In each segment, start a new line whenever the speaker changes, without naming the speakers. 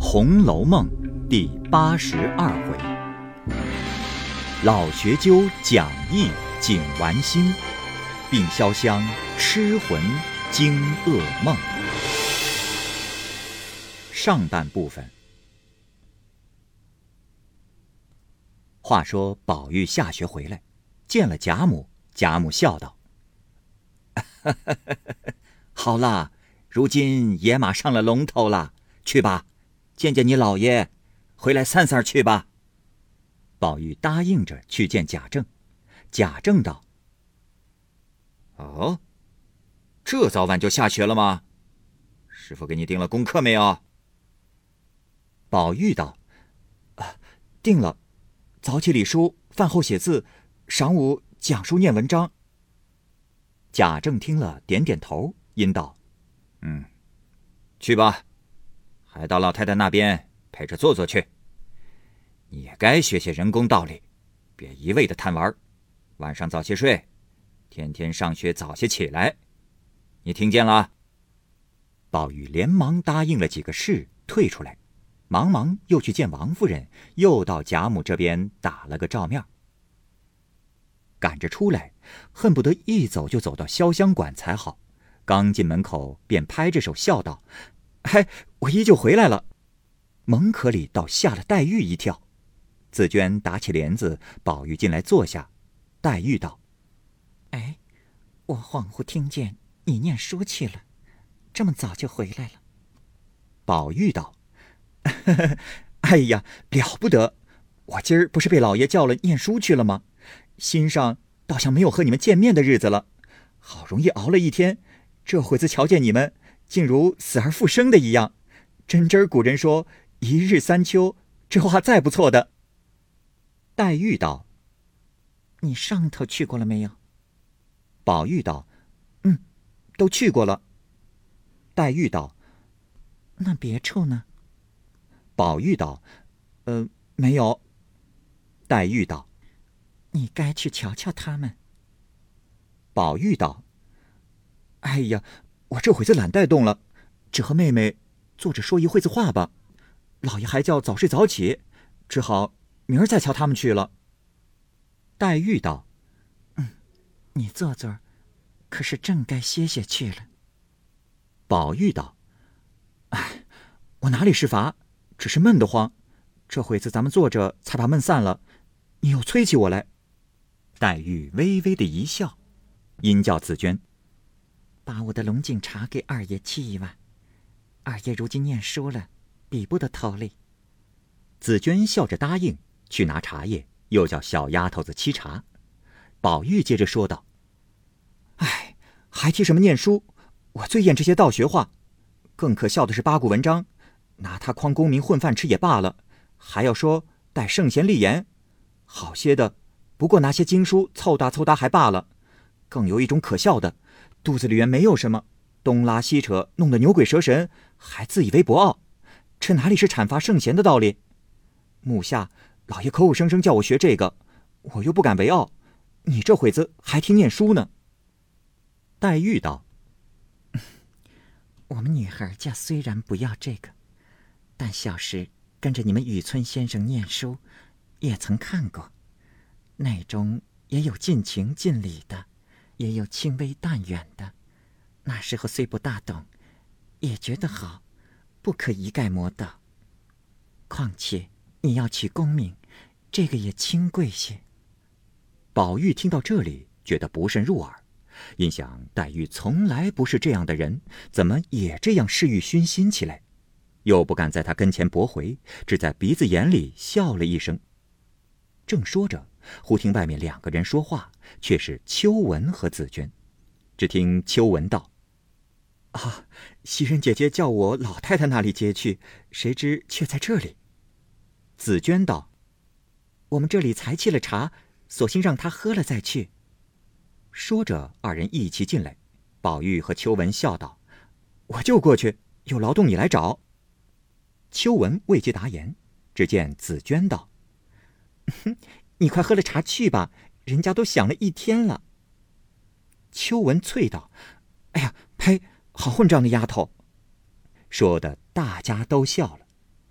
红楼梦》第82回，老学究讲义警玩心，并潇湘痴魂惊噩梦。上半部分。话说宝玉下学回来，见了贾母，贾母笑道：好啦，如今野马上了龙头了，去吧，见见你老爷，回来散散去吧。宝玉答应着去见贾政。贾政道：哦，这早晚就下学了吗？师傅给你定了功课没有？宝玉道：定了，早起理书，饭后写字，晌午讲书念文章。贾政听了点点头，因道：去吧，还到老太太那边陪着坐坐去。你也该学些人工道理，别一味的贪玩，晚上早些睡，天天上学早些起来，你听见了？宝玉连忙答应了几个是，退出来，忙忙又去见王夫人，又到贾母这边打了个照面。赶着出来，恨不得一走就走到潇湘馆才好，刚进门口便拍着手笑道：我依旧回来了。门口里倒吓了黛玉一跳。紫娟打起帘子，宝玉进来坐下。黛玉道：
我恍惚听见你念书去了，这么早就回来了。
宝玉道：哎呀，了不得，我今儿不是被老爷叫了念书去了吗？心上倒像没有和你们见面的日子了，好容易熬了一天，这会子瞧见你们，竟如死而复生的一样。真古人说一日三秋，这话再不错的。黛玉道：
你上头去过了没有？
宝玉道：都去过了。黛玉道：
那别处呢？
宝玉道：没有。黛玉道：
你该去瞧瞧他们。
宝玉道：哎呀，我这会子懒带动了，只和妹妹坐着说一会子话吧。老爷还叫早睡早起，只好明儿再瞧他们去了。黛玉道：
你坐坐，可是正该歇歇去了。
宝玉道：我哪里是乏，只是闷得慌，这会子咱们坐着才把闷散了，你又催起我来。黛玉微微的一笑，因叫紫娟
把我的龙井茶给二爷沏一碗，二爷如今念书了，比不得头里。
紫娟笑着答应，去拿茶叶，又叫小丫头子沏茶。宝玉接着说道：还提什么念书，我最厌这些道学话，更可笑的是八股文章，拿他诓功名混饭吃也罢了，还要说带圣贤立言，好些的不过拿些经书凑搭凑搭还罢了，更有一种可笑的，肚子里面没有什么，东拉西扯，弄得牛鬼蛇神，还自以为博傲，这哪里是阐发圣贤的道理？目下老爷口口声声叫我学这个，我又不敢为傲，你这会子还听念书呢。黛玉道：
我们女孩家虽然不要这个，但小时跟着你们雨村先生念书，也曾看过，那中也有尽情尽理的，也有轻微淡远的，那时候虽不大懂，也觉得好，不可一概摸到。况且你要取功名，这个也清贵些。
宝玉听到这里，觉得不甚入耳，因想黛玉从来不是这样的人，怎么也这样嗜欲熏心起来，又不敢在他跟前驳回，只在鼻子眼里笑了一声。正说着，忽听外面两个人说话，却是秋纹和紫娟。只听秋纹道：袭人姐姐叫我老太太那里接去，谁知却在这里。紫娟道：
我们这里才沏了茶，索性让她喝了再去。
说着，二人一齐进来。宝玉和秋纹笑道：我就过去，有劳动你来找。秋纹未及答言，只见紫娟道：
你快喝了茶去吧，人家都想了一天了。
秋纹啐道：呸，好混账的丫头。说的大家都笑了。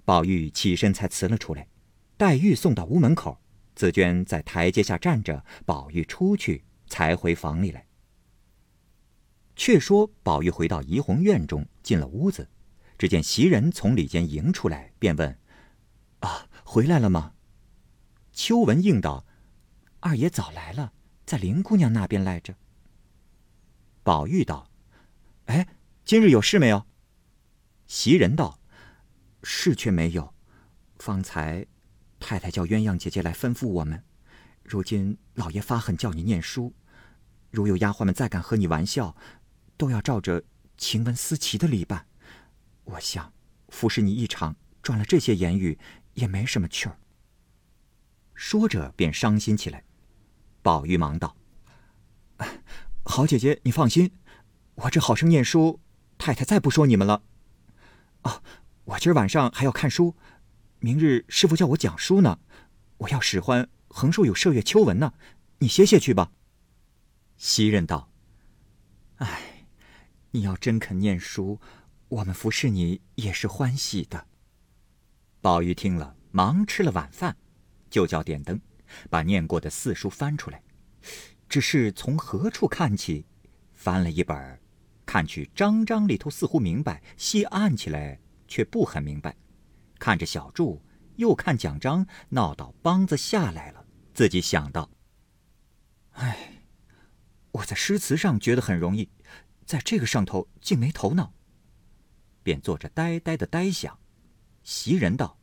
宝玉起身才辞了出来，黛玉送到屋门口，紫娟在台阶下站着，宝玉出去才回房里来。却说宝玉回到怡红院中，进了屋子，只见袭人从里间迎出来，便问：“啊，回来了吗？”秋文应道：“二爷早来了，在林姑娘那边来着。”宝玉道：“哎，今日有事没有？”袭人道：“是却没有，方才太太叫鸳鸯姐姐来吩咐我们，如今老爷发狠叫你念书，如有丫鬟们再敢和你玩笑，都要照着晴雯思齐的理办。我想服侍你一场，赚了这些言语也没什么趣儿。”说着便伤心起来。宝玉忙道：“好姐姐，你放心，我这好生念书，太太再不说你们了。我今儿晚上还要看书，明日师傅叫我讲书呢，我要使唤横竖有麝月、秋文呢，你歇歇去吧。”袭人道：“哎，你要真肯念书，我们服侍你也是欢喜的。”宝玉听了，忙吃了晚饭，就叫点灯，把念过的四书翻出来，只是从何处看起，翻了一本，看去章章里头似乎明白，细按起来却不很明白。看着小注，又看奖章，闹到梆子下来了。自己想到：“哎，我在诗词上觉得很容易，在这个上头竟没头脑。”便坐着呆呆的呆想。袭人道：“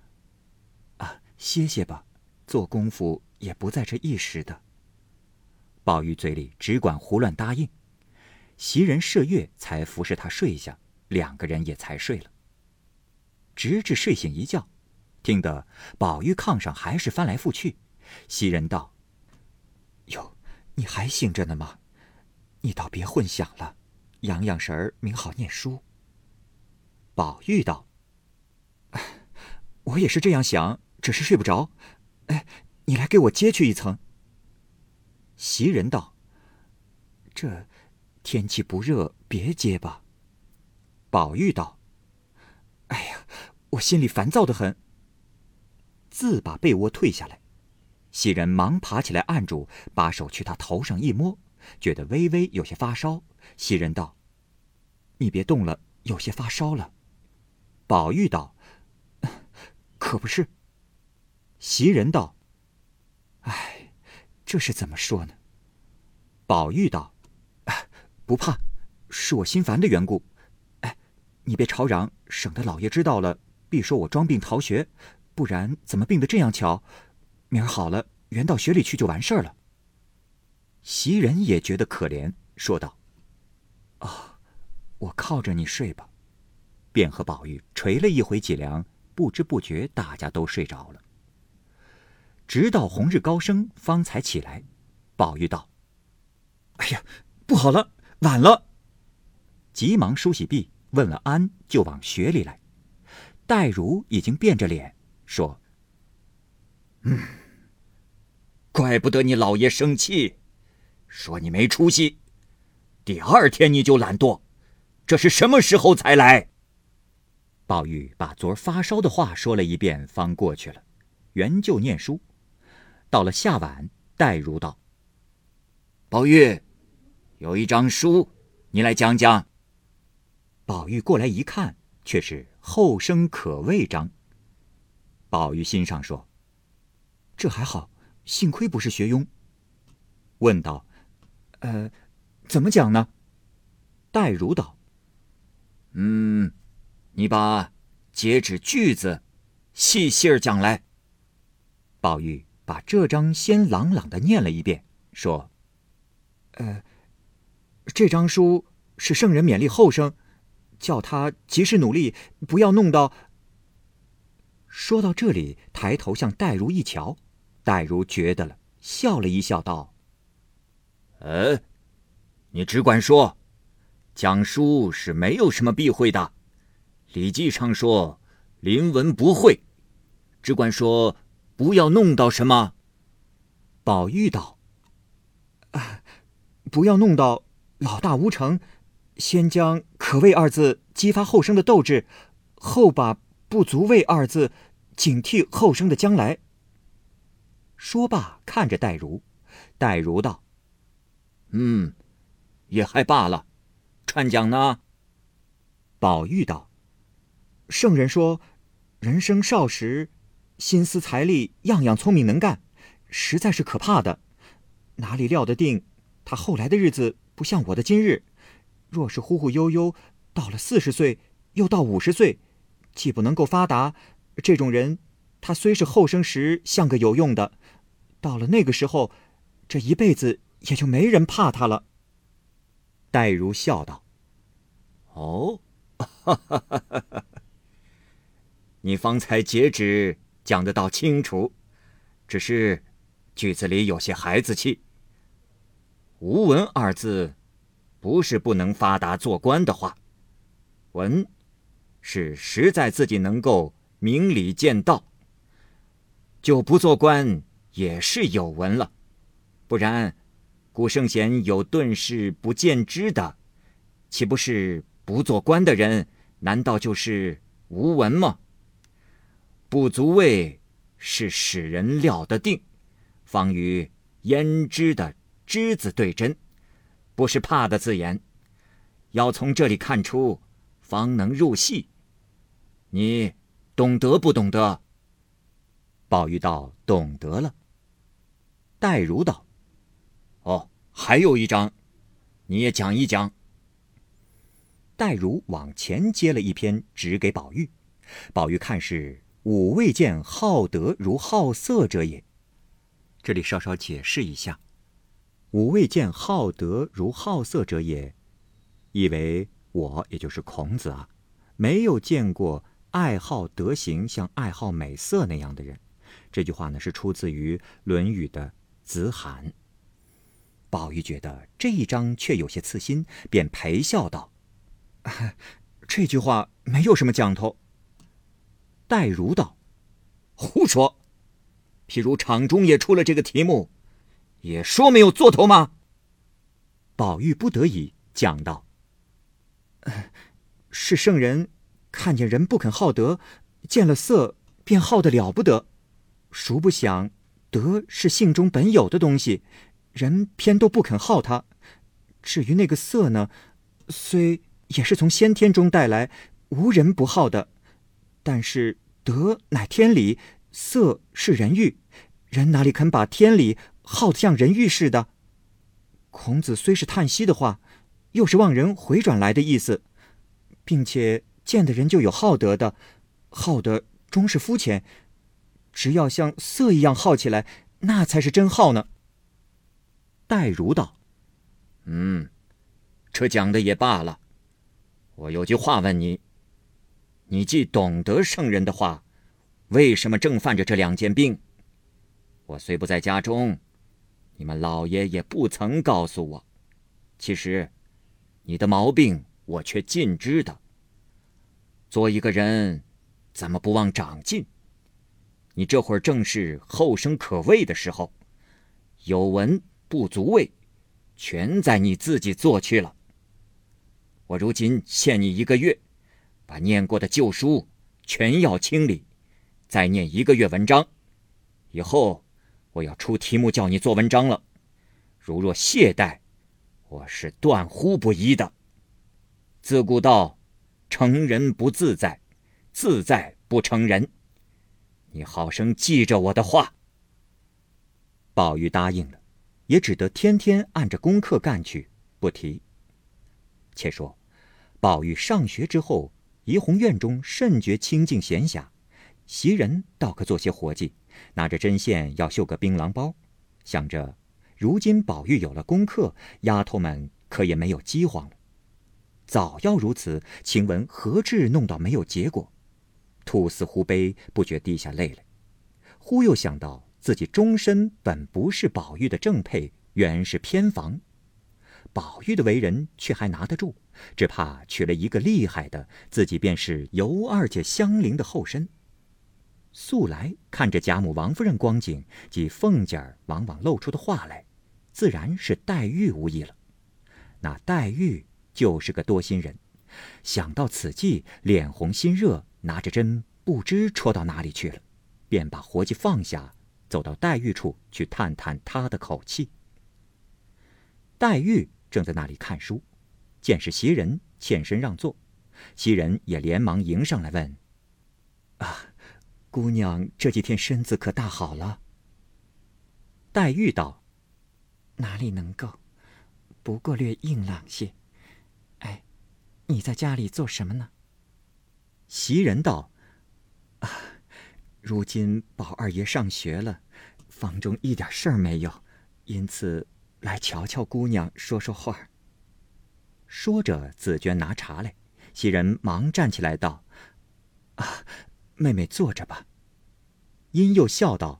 歇歇吧，做功夫也不在这一时的。”宝玉嘴里只管胡乱答应。袭人麝月才服侍他睡下，两个人也才睡了。直至睡醒一觉，听得宝玉炕上还是翻来覆去。袭人道：“哟，你还醒着呢吗？你倒别混想了，养养神儿，明好念书。”宝玉道：“我也是这样想，只是睡不着。你来给我接去一层。”袭人道：“这天气不热，别接吧。”宝玉道：“哎呀，我心里烦躁得很。”自把被窝退下来。袭人忙爬起来按住，把手去他头上一摸，觉得微微有些发烧。袭人道：“你别动了，有些发烧了。”宝玉道：“可不是。”袭人道：“哎，这是怎么说呢？”宝玉道：“不怕，是我心烦的缘故。你别吵嚷，省得老爷知道了，必说我装病逃学，不然怎么病得这样巧？明儿好了，原到学里去就完事儿了。”袭人也觉得可怜，说道：“我靠着你睡吧。”便和宝玉捶了一回脊梁，不知不觉大家都睡着了。直到红日高升，方才起来。宝玉道：“哎呀，不好了，晚了。”急忙梳洗毕，问了安，就往学里来。黛如已经变着脸说：“怪不得你老爷生气，说你没出息。第二天你就懒惰，这是什么时候才来？”宝玉把昨儿发烧的话说了一遍，方过去了，原就念书。到了下晚，黛如道：“宝玉，有一张书，你来讲讲。”宝玉过来一看，却是后生可畏章。宝玉心上说：“这还好，幸亏不是学庸。”问道：“怎么讲呢？”黛如道：“你把截止句子细细儿讲来。”宝玉把这章先朗朗地念了一遍，说：“这章书是圣人勉励后生，叫他及时努力，不要弄到……”说到这里，抬头向黛如一瞧，黛如觉得了，笑了一笑，道：“你只管说，讲书是没有什么避讳的。礼记上说临文不讳，只管说不要弄到什么。”宝玉道：“不要弄到老大无成，先将可畏二字激发后生的斗志，后把不足畏二字，警惕后生的将来。说罢，看着戴如，戴如道：“也还罢了。传讲呢？”宝玉道：“圣人说，人生少时，心思财力样样聪明能干，实在是可怕的。哪里料得定，他后来的日子不像我的今日。若是忽忽悠悠，到了40岁，又到50岁，既不能够发达，这种人，他虽是后生时像个有用的，到了那个时候，这一辈子也就没人怕他了。”黛如笑道：“哦，你方才节旨讲得倒清楚，只是句子里有些孩子气。无闻二字，不是不能发达做官的话，闻是实在自己能够明理见道，就不做官也是有闻了。不然古圣贤有顿世不见知的，岂不是不做官的人，难道就是无闻吗？不足畏是使人料得定，方与焉知的知字对真，不是怕的字眼。要从这里看出，方能入戏。你懂得不懂得？”宝玉道：“懂得了。”黛如道：“哦，还有一章，你也讲一讲。”黛如往前接了一篇，指给宝玉。宝玉看是吾未见好德如好色者也。这里稍稍解释一下，吾未见好德如好色者也，意为我，也就是孔子啊，没有见过爱好德行像爱好美色那样的人。这句话呢，是出自于《论语》的子罕。宝玉觉得这一章却有些刺心，便陪笑道：“这句话没有什么讲头。”黛如道：“胡说！譬如场中也出了这个题目，也说没有做头吗？”宝玉不得已讲道：“是圣人看见人不肯好德，见了色便好得了不得。孰不想德是性中本有的东西，人偏都不肯好它。至于那个色呢，虽也是从先天中带来，无人不好的。但是德乃天理，色是人欲，人哪里肯把天理好得像人欲似的？孔子虽是叹息的话，又是望人回转来的意思，并且见的人就有好德的，好的终是肤浅，只要像色一样好起来，那才是真好呢。”黛如道：“这讲的也罢了。我有句话问你，你既懂得圣人的话，为什么正犯着这2件病？我虽不在家中，你们老爷也不曾告诉我。其实你的毛病我却尽知的。做一个人怎么不忘长进？你这会儿正是后生可畏的时候，有闻不足畏，全在你自己做去了。我如今限你1个月，把念过的旧书全要清理，再念1个月文章。以后我要出题目叫你做文章了，如若懈怠，我是断乎不依的。自古道，成人不自在，自在不成人。你好生记着我的话。”宝玉答应了，也只得天天按着功课干去，不提。且说宝玉上学之后，怡红院中甚觉清静闲暇，袭人倒可做些活计，拿着针线要绣个槟榔包，想着如今宝玉有了功课，丫头们可也没有饥荒了。早要如此，晴雯何至弄到没有结果？兔死狐悲，不觉滴下泪来。忽又想到自己终身本不是宝玉的正配，原是偏房。宝玉的为人却还拿得住，只怕娶了一个厉害的，自己便是尤二姐相邻的后身。素来看着贾母、王夫人光景及凤姐儿往往露出的话来，自然是黛玉无疑了。那黛玉就是个多心人，想到此计，脸红心热，拿着针不知戳到哪里去了，便把活计放下，走到黛玉处去探探她的口气。黛玉正在那里看书，见是袭人，欠身让座。袭人也连忙迎上来问：“姑娘这几天身子可大好了？”黛玉道：“
哪里能够，不过略硬朗些。哎，你在家里做什么呢？”
袭人道：“如今宝二爷上学了，房中一点事儿没有，因此来瞧瞧姑娘，说说话。”说着，紫鹃拿茶来，袭人忙站起来道：“妹妹坐着吧。”因又笑道：“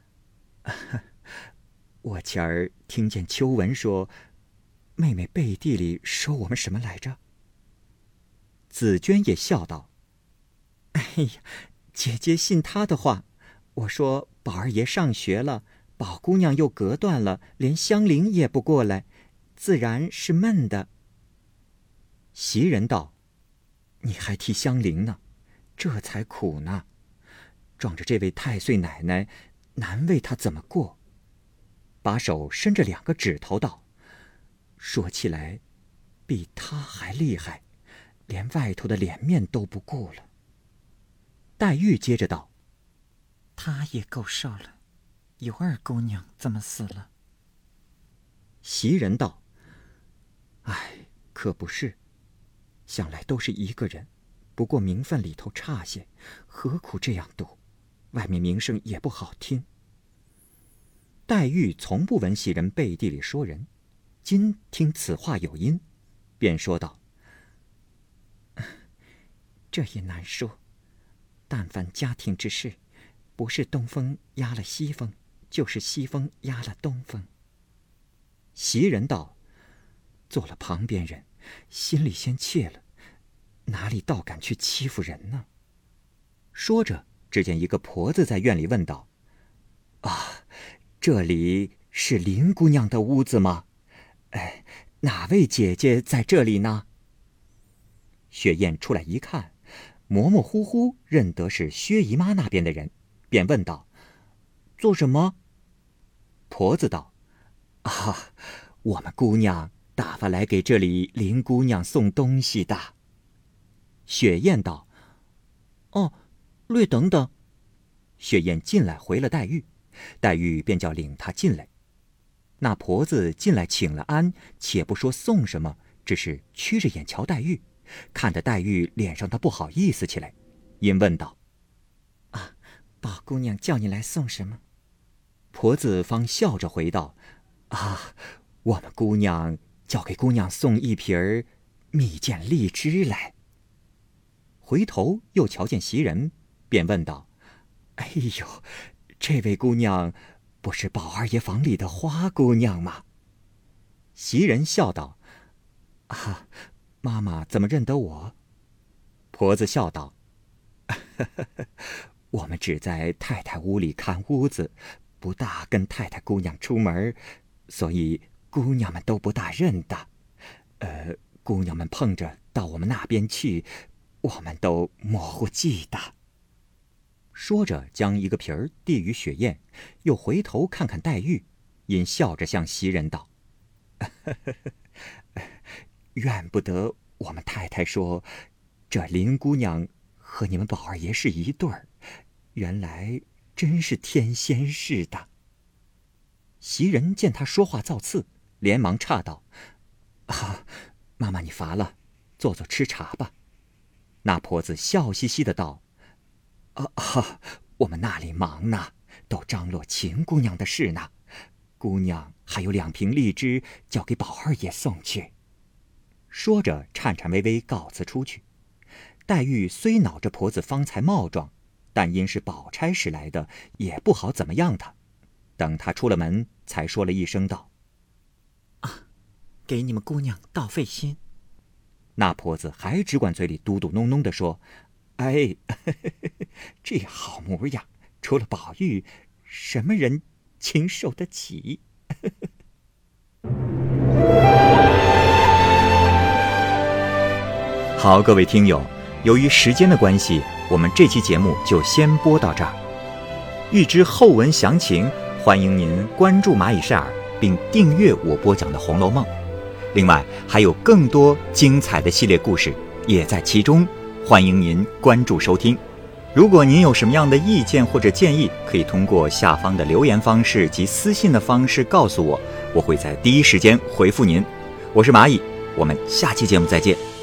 我前儿听见秋文说，妹妹背地里说我们什么来着？”紫鹃也笑道：“哎呀，姐姐信她的话。我说宝二爷上学了，宝姑娘又隔断了，连香菱也不过来，自然是闷的。”袭人道：“你还提香菱呢，这才苦呢。撞着这位太岁奶奶，难为她怎么过。”把手伸着2个指头道：“说起来，比她还厉害，连外头的脸面都不顾了。”黛玉接着道：“
她也够受了，尤二姑娘怎么死了？”
袭人道：“可不是，想来都是一个人，不过名分里头差些，何苦这样赌？外面名声也不好听。”黛玉从不闻袭人背地里说人，今听此话有因，便说道：“
这也难说，但凡家庭之事，不是东风压了西风，就是西风压了东风。”
袭人道：“做了旁边人，心里先怯了，哪里倒敢去欺负人呢？”说着，只见一个婆子在院里问道：“这里是林姑娘的屋子吗？哪位姐姐在这里呢？”雪雁出来一看，模模糊糊认得是薛姨妈那边的人，便问道：“做什么？”婆子道：“我们姑娘打发来给这里林姑娘送东西的。”雪雁道：“略等等。”雪雁进来回了黛玉，黛玉便叫领她进来。那婆子进来请了安，且不说送什么，只是曲着眼瞧黛玉，看得黛玉脸上的不好意思起来，因问道：“
宝姑娘叫你来送什么？”
婆子方笑着回道：“我们姑娘叫给姑娘送一瓶蜜饯荔枝来。”回头又瞧见袭人，便问道：“这位姑娘不是宝二爷房里的花姑娘吗？”袭人笑道：“妈妈怎么认得我？”婆子笑道：“我们只在太太屋里看屋子，不大跟太太姑娘出门，所以姑娘们都不大认得。姑娘们碰着到我们那边去，我们都模糊记得。”说着，将一个瓶儿递与雪雁，又回头看看黛玉，因笑着向袭人道：“怨不得我们太太说，这林姑娘和你们宝二爷是一对儿，原来真是天仙似的。”袭人见他说话造次，连忙岔道：“妈妈你乏了，坐坐吃茶吧。”那婆子笑嘻嘻的道：“我们那里忙呢，都张罗秦姑娘的事呢。姑娘还有2瓶荔枝，交给宝二爷送去。”说着，颤颤巍巍告辞出去。黛玉虽恼着婆子方才冒撞，但因是宝钗使来的，也不好怎么样她。等她出了门，才说了一声道：“
给你们姑娘倒费心。”
那婆子还只管嘴里嘟嘟哝哝地说：“这好模样，除了宝玉，什么人经受得起？”好，各位听友，由于时间的关系， 我们这期节目就先播到这儿。欲知后文详情，欢迎您关注蚂蚁晒尔，并订阅我播讲的《红楼梦》。另外，还有更多精彩的系列故事也在其中，欢迎您关注收听。如果您有什么样的意见或者建议，可以通过下方的留言方式及私信的方式告诉我，我会在第一时间回复您。我是蚂蚁，我们下期节目再见。